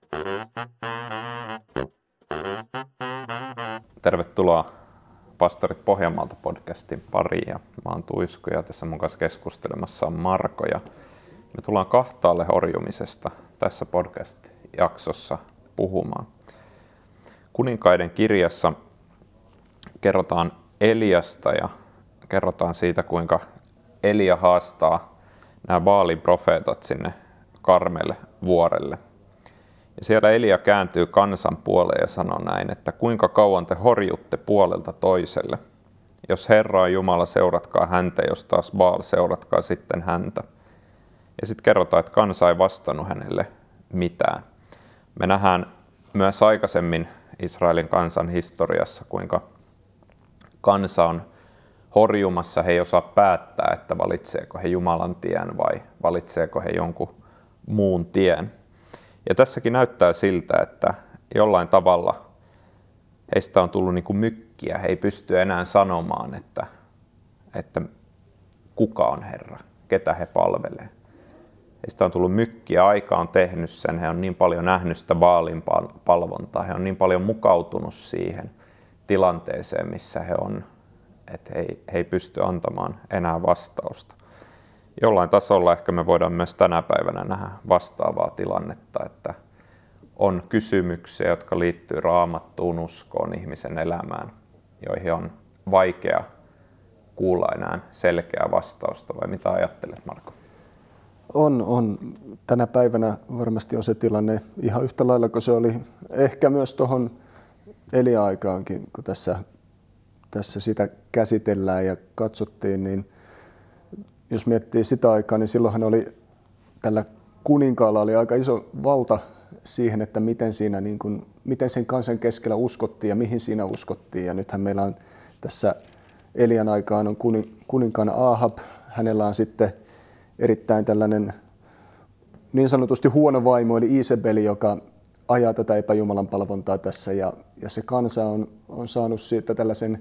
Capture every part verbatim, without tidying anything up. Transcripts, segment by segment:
Tervetuloa Pastorit Pohjanmaalta podcastin pariin. Ja mä oon Tuisku ja tässä mun kanssa keskustelemassa on Marko. Ja me tullaan kahtaalle horjumisesta tässä podcast-jaksossa puhumaan. Kuninkaiden kirjassa kerrotaan Eliasta ja kerrotaan siitä, kuinka Elia haastaa nämä Baalin profeetat sinne Karmelle vuorelle. Ja siellä Elia kääntyy kansan puoleen ja sanoo näin, että kuinka kauan te horjutte puolelta toiselle. Jos Herra on Jumala, seuratkaa häntä, jos taas Baal, seuratkaa sitten häntä. Ja sitten kerrotaan, että kansa ei vastannut hänelle mitään. Me nähdään myös aikaisemmin Israelin kansan historiassa, kuinka kansa on horjumassa. He ei osaa päättää, että valitseeko he Jumalan tien vai valitseeko he jonkun muun tien. Ja tässäkin näyttää siltä, että jollain tavalla heistä on tullut niin kuin mykkiä. He ei pysty enää sanomaan, että, että kuka on Herra, ketä he palvelee. Heistä on tullut mykkiä, aika on tehnyt sen. He on niin paljon nähnyt sitä Baalin palvontaa. He on niin paljon mukautunut siihen tilanteeseen, missä he on, että he ei, he ei pysty antamaan enää vastausta. Jollain tasolla ehkä me voidaan myös tänä päivänä nähdä vastaavaa tilannetta, että on kysymyksiä, jotka liittyy Raamattuun, uskoon, ihmisen elämään, joihin on vaikea kuulla enää selkeää vastausta. Vai mitä ajattelet, Marko? On, on. Tänä päivänä varmasti on se tilanne ihan yhtä lailla kuin se oli ehkä myös tuohon Elia-aikaankin, kun tässä, tässä sitä käsitellään ja katsottiin, niin jos miettii sitä aikaa, niin silloinhan oli tällä kuninkaalla oli aika iso valta siihen, että miten, siinä niin kuin, miten sen kansan keskellä uskottiin ja mihin siinä uskottiin. Ja nythän meillä on tässä Elian aikaan on kuninkaana Ahab. Hänellä on sitten erittäin tällainen niin sanotusti huono vaimo, eli Isabeli, joka ajaa tätä epäjumalan palvontaa tässä. Ja, ja se kansa on, on saanut siitä tällaisen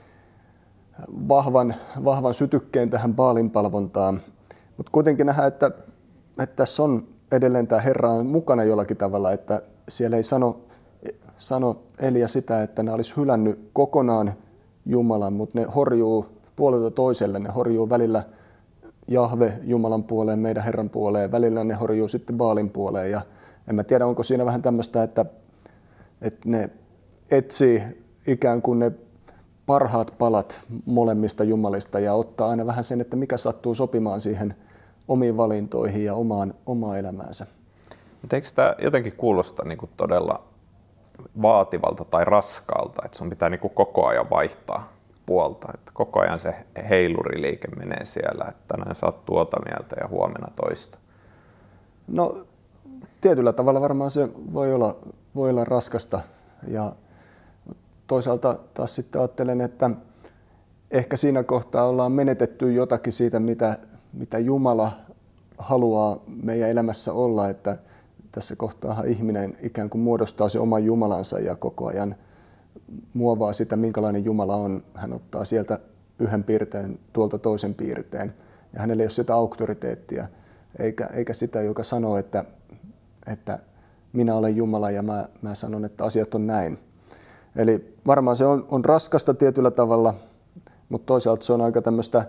Vahvan, vahvan sytykkeen tähän Baalin palvontaan, mutta kuitenkin nähdään, että, että tässä on edelleen tämä Herra on mukana jollakin tavalla, että siellä ei sano, sano Elia sitä, että ne olisi hylännyt kokonaan Jumalan, mutta ne horjuu puolelta toiselle, ne horjuu välillä Jahve Jumalan puoleen, meidän Herran puoleen, välillä ne horjuu sitten Baalin puoleen ja en mä tiedä, onko siinä vähän tämmöistä, että, että ne etsii ikään kuin ne parhaat palat molemmista jumalista ja ottaa aina vähän sen, että mikä sattuu sopimaan siihen omiin valintoihin ja omaan, omaan elämäänsä. Mutta eikö tämä jotenkin kuulosta niin kuin todella vaativalta tai raskaalta, että sun pitää niin kuin koko ajan vaihtaa puolta, että koko ajan se heiluriliike menee siellä, että tänään sä oot tuota mieltä ja huomenna toista? No tietyllä tavalla varmaan se voi olla, voi olla raskasta ja toisaalta taas sitten ajattelen, että ehkä siinä kohtaa ollaan menetetty jotakin siitä, mitä, mitä Jumala haluaa meidän elämässä olla, että tässä kohtaa ihminen ikään kuin muodostaa se oman Jumalansa ja koko ajan muovaa sitä, minkälainen Jumala on. Hän ottaa sieltä yhden piirteen, tuolta toisen piirteen ja hänellä ei ole sitä auktoriteettia, eikä, eikä sitä, joka sanoo, että, että minä olen Jumala ja mä, mä sanon, että asiat on näin. Eli varmaan se on, on raskasta tietyllä tavalla, mutta toisaalta se on aika tämmöistä,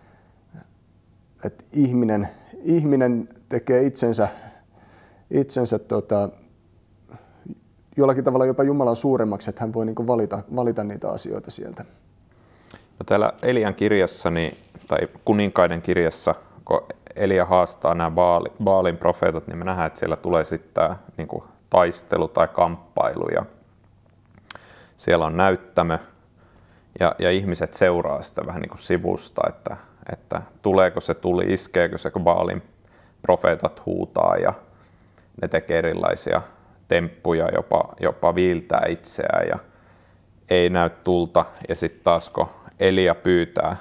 että ihminen, ihminen tekee itsensä, itsensä tota, jollakin tavalla jopa Jumalan suuremmaksi, että hän voi niinku valita, valita niitä asioita sieltä. No täällä Elian kirjassa, niin, tai kuninkaiden kirjassa, kun Elia haastaa nämä Baali, Baalin profeetat, niin me nähdään, että siellä tulee sitten tämä niin kuin taistelu tai kamppailu. Ja siellä on näyttämö ja, ja ihmiset seuraa sitä vähän niin kuin sivusta, että, että tuleeko se tuli, iskeekö se, kun Baalin profeetat huutaa ja ne tekee erilaisia temppuja, jopa, jopa viiltää itseään ja ei näy tulta. Ja sitten taas kun Elia pyytää,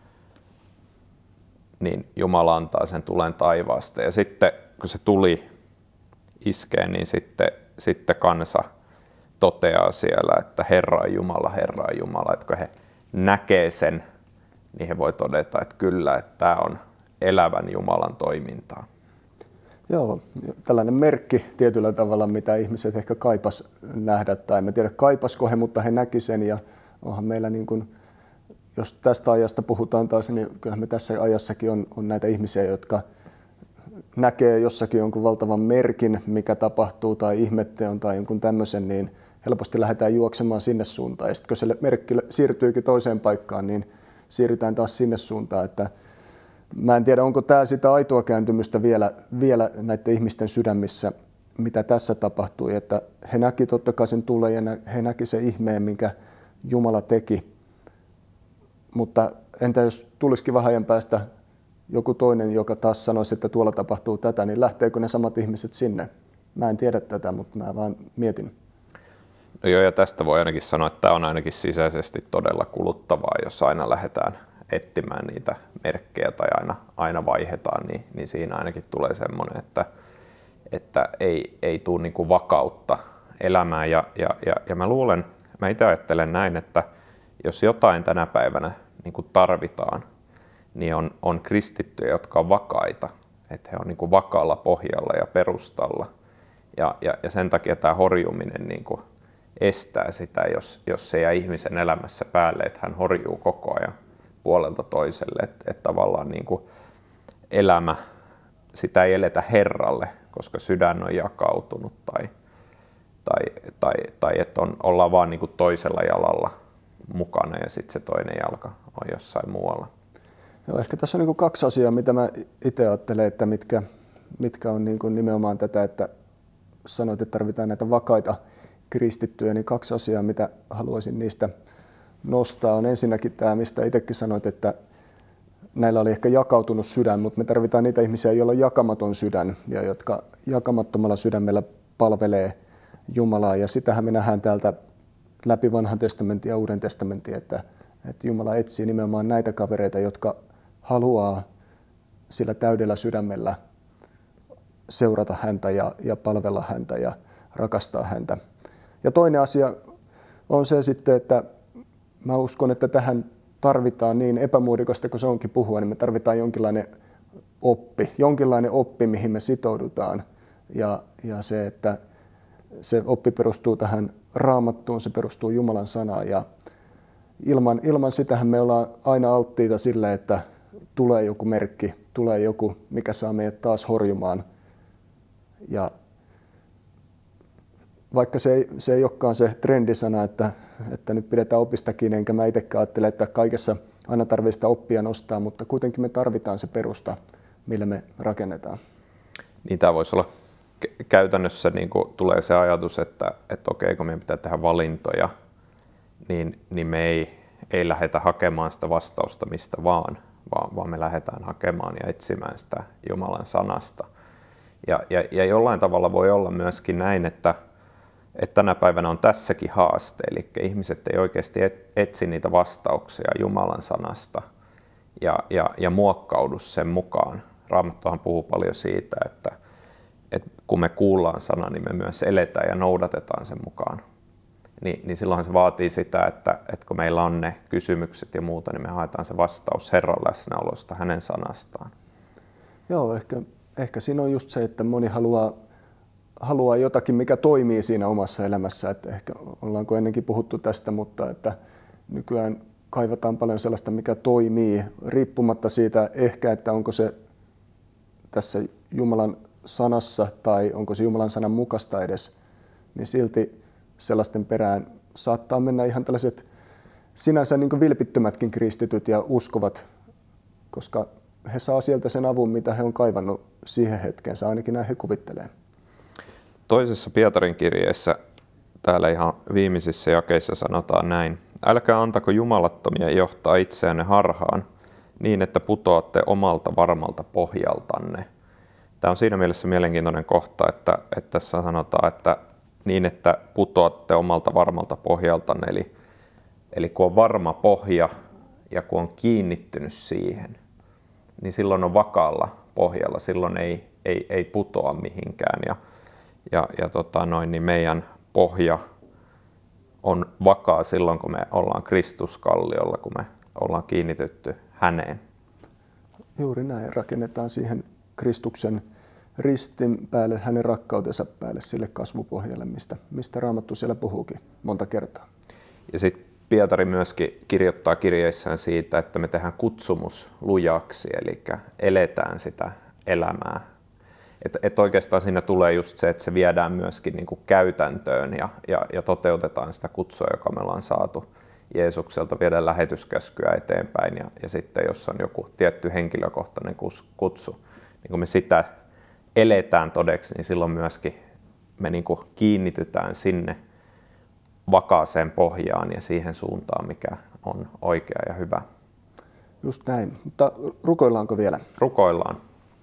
niin Jumala antaa sen tulen taivaasta. Ja sitten kun se tuli iskee, niin sitten, sitten kansa toteaa siellä, että Herra on Jumala, Herra on Jumala. Että kun he näkee sen, niin he voi todeta, että kyllä, että tämä on elävän Jumalan toimintaa. Joo, tällainen merkki tietyllä tavalla, mitä ihmiset ehkä kaipas nähdä, tai en tiedä kaipasko he, mutta he näki sen, ja onhan meillä niin kuin, jos tästä ajasta puhutaan taas, niin kyllähän me tässä ajassakin on, on näitä ihmisiä, jotka näkee jossakin jonkun valtavan merkin, mikä tapahtuu, tai ihmetteon tai jonkun tämmöisen, niin helposti lähdetään juoksemaan sinne suuntaan. Ja sitten kun se merkki siirtyykin toiseen paikkaan, niin siirrytään taas sinne suuntaan. Että mä en tiedä, onko tämä sitä aitoa kääntymystä vielä, vielä näiden ihmisten sydämissä, mitä tässä tapahtui. Että he näki totta kai sen tulee ja he näki sen ihmeen, minkä Jumala teki. Mutta entä jos tulisikin vähän ajan päästä joku toinen, joka taas sanoisi, että tuolla tapahtuu tätä, niin lähteekö ne samat ihmiset sinne? Mä en tiedä tätä, mutta mä vaan mietin. No joo, ja tästä voi ainakin sanoa, että tämä on ainakin sisäisesti todella kuluttavaa, jos aina lähdetään etsimään niitä merkkejä tai aina, aina vaihdetaan, niin, niin siinä ainakin tulee semmoinen, että, että ei, ei tule niin kuin vakautta elämään. Ja, ja, ja, ja mä luulen, mä itse ajattelen näin, että jos jotain tänä päivänä niin kuin tarvitaan, niin on, on kristittyjä, jotka on vakaita, että he on niin kuin vakaalla pohjalla ja perustalla. Ja, ja, ja sen takia tämä horjuminen niin kuin estää sitä, jos, jos se jää ihmisen elämässä päälle, että hän horjuu koko ajan puolelta toiselle, että, että tavallaan niin kuin elämä, sitä ei eletä Herralle, koska sydän on jakautunut tai, tai, tai, tai että on, ollaan vaan niin kuin toisella jalalla mukana ja sitten se toinen jalka on jossain muualla. Joo, ehkä tässä on niin kuin kaksi asiaa, mitä mä itse ajattelen, että mitkä, mitkä on niin kuin nimenomaan tätä, että sanoit, että tarvitaan näitä vakaita kristittyjä, niin kaksi asiaa, mitä haluaisin niistä nostaa, on ensinnäkin tämä, mistä itsekin sanoit, että näillä oli ehkä jakautunut sydän, mutta me tarvitaan niitä ihmisiä, joilla on jakamaton sydän ja jotka jakamattomalla sydämellä palvelee Jumalaa. Ja sitähän me nähdään täältä läpi Vanhan testamentin ja Uuden testamentin, että, että Jumala etsii nimenomaan näitä kavereita, jotka haluaa sillä täydellä sydämellä seurata häntä ja, ja palvella häntä ja rakastaa häntä. Ja toinen asia on se sitten, että mä uskon, että tähän tarvitaan niin epämuodikasta kuin se onkin puhua, niin me tarvitaan jonkinlainen oppi, jonkinlainen oppi, mihin me sitoudutaan. Ja, ja se, että se oppi perustuu tähän Raamattuun, se perustuu Jumalan sanaan. Ja ilman, ilman sitähän me ollaan aina alttiita sille, että tulee joku merkki, tulee joku, mikä saa meidät taas horjumaan. Ja vaikka se ei, se ei olekaan se trendisana, että, että nyt pidetään opista kiinni, enkä mä itsekään ajattele, että kaikessa aina tarvitsee sitä oppia nostaa, mutta kuitenkin me tarvitaan se perusta, millä me rakennetaan. Niin tämä voisi olla käytännössä, niin kuin tulee se ajatus, että, että okei, kun meidän pitää tehdä valintoja, niin, niin me ei, ei lähdetä hakemaan sitä vastausta mistä vaan, vaan, vaan me lähdetään hakemaan ja etsimään sitä Jumalan sanasta. Ja, ja, ja jollain tavalla voi olla myöskin näin, että että tänä päivänä on tässäkin haaste, eli ihmiset ei oikeasti etsi niitä vastauksia Jumalan sanasta ja, ja, ja muokkaudu sen mukaan. Raamattuhan puhuu paljon siitä, että, että kun me kuullaan sana, niin me myös eletään ja noudatetaan sen mukaan. Ni, niin silloinhan se vaatii sitä, että, että kun meillä on ne kysymykset ja muuta, niin me haetaan se vastaus Herran läsnäolosta, hänen sanastaan. Joo, ehkä, ehkä siinä on just se, että moni haluaa haluaa jotakin, mikä toimii siinä omassa elämässä. Että ehkä ollaanko ennenkin puhuttu tästä, mutta että nykyään kaivataan paljon sellaista, mikä toimii, riippumatta siitä ehkä, että onko se tässä Jumalan sanassa tai onko se Jumalan sanan mukaista edes, niin silti sellaisten perään saattaa mennä ihan tällaiset sinänsä niin kuin vilpittömätkin kristityt ja uskovat, koska he saa sieltä sen avun, mitä he on kaivannut siihen hetkensä, ainakin näin he kuvittelee. Toisessa Pietarin kirjeessä, täällä ihan viimeisissä jakeissa sanotaan näin. Älkää antako jumalattomia johtaa itseänne harhaan niin, että putoatte omalta varmalta pohjaltanne. Tämä on siinä mielessä mielenkiintoinen kohta, että, että tässä sanotaan, että niin, että putoatte omalta varmalta pohjaltanne. Eli, eli kun on varma pohja ja kun on kiinnittynyt siihen, niin silloin on vakaalla pohjalla, silloin ei, ei, ei putoa mihinkään. Ja, Ja, ja tota noin, niin meidän pohja on vakaa silloin, kun me ollaan Kristuskalliolla, kun me ollaan kiinnitetty häneen. Juuri näin, rakennetaan siihen Kristuksen ristin päälle, hänen rakkautensa päälle sille kasvupohjalle, mistä, mistä Raamattu siellä puhuukin monta kertaa. Ja sitten Pietari myöskin kirjoittaa kirjeissään siitä, että me tehdään kutsumus lujaksi, eli eletään sitä elämää. Että et oikeastaan siinä tulee just se, että se viedään myöskin niinku käytäntöön ja, ja, ja toteutetaan sitä kutsua, joka me ollaan saatu Jeesukselta, viedä lähetyskäskyä eteenpäin. Ja, ja sitten jos on joku tietty henkilökohtainen kutsu, niin kun me sitä eletään todeksi, niin silloin myöskin me niinku kiinnitytään sinne vakaaseen pohjaan ja siihen suuntaan, mikä on oikea ja hyvä. Just näin. Mutta rukoillaanko vielä? Rukoillaan.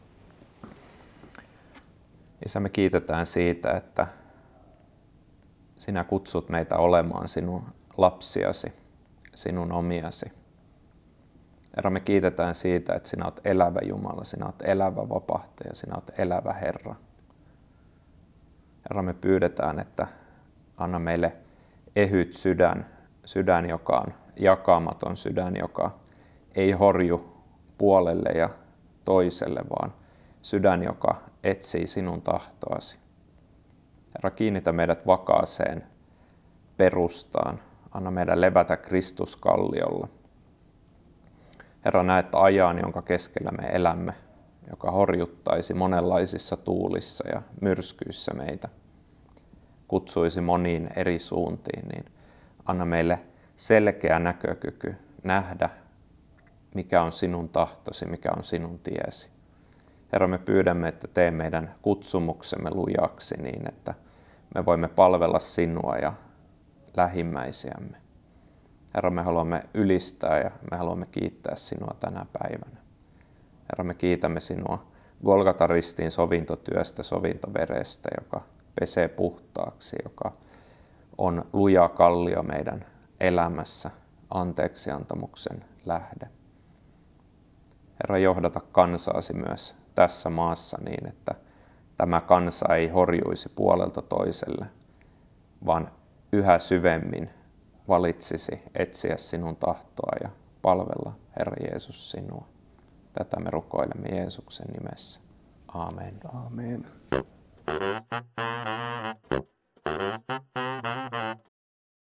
Isä, me kiitetään siitä, että sinä kutsut meitä olemaan sinun lapsiasi, sinun omiasi. Herra, me kiitetään siitä, että sinä olet elävä Jumala, sinä olet elävä vapahtaja, sinä olet elävä Herra. Herra, me pyydetään, että anna meille ehyt sydän, sydän, joka on jakamaton sydän, joka ei horju puolelle ja toiselle, vaan sydän, joka etsii sinun tahtoasi. Herra, kiinnitä meidät vakaaseen perustaan. Anna meidän levätä Kristuskalliolla. Herra, näet ajan, jonka keskellä me elämme, joka horjuttaisi monenlaisissa tuulissa ja myrskyissä meitä, kutsuisi moniin eri suuntiin, niin anna meille selkeä näkökyky nähdä, mikä on sinun tahtosi, mikä on sinun tiesi. Herra, me pyydämme, että tee meidän kutsumuksemme lujaksi niin, että me voimme palvella sinua ja lähimmäisiämme. Herra, me haluamme ylistää ja me haluamme kiittää sinua tänä päivänä. Herra, me kiitämme sinua Golgatan ristiin sovintotyöstä, sovintoverestä, joka pesee puhtaaksi, joka on luja kallio meidän elämässä, anteeksiantamuksen lähde. Herra, johdata kansaasi myös tässä maassa niin, että tämä kansa ei horjuisi puolelta toiselle, vaan yhä syvemmin valitsisi etsiä sinun tahtoa ja palvella, Herra Jeesus, sinua. Tätä me rukoilemme Jeesuksen nimessä. Aamen. Aamen.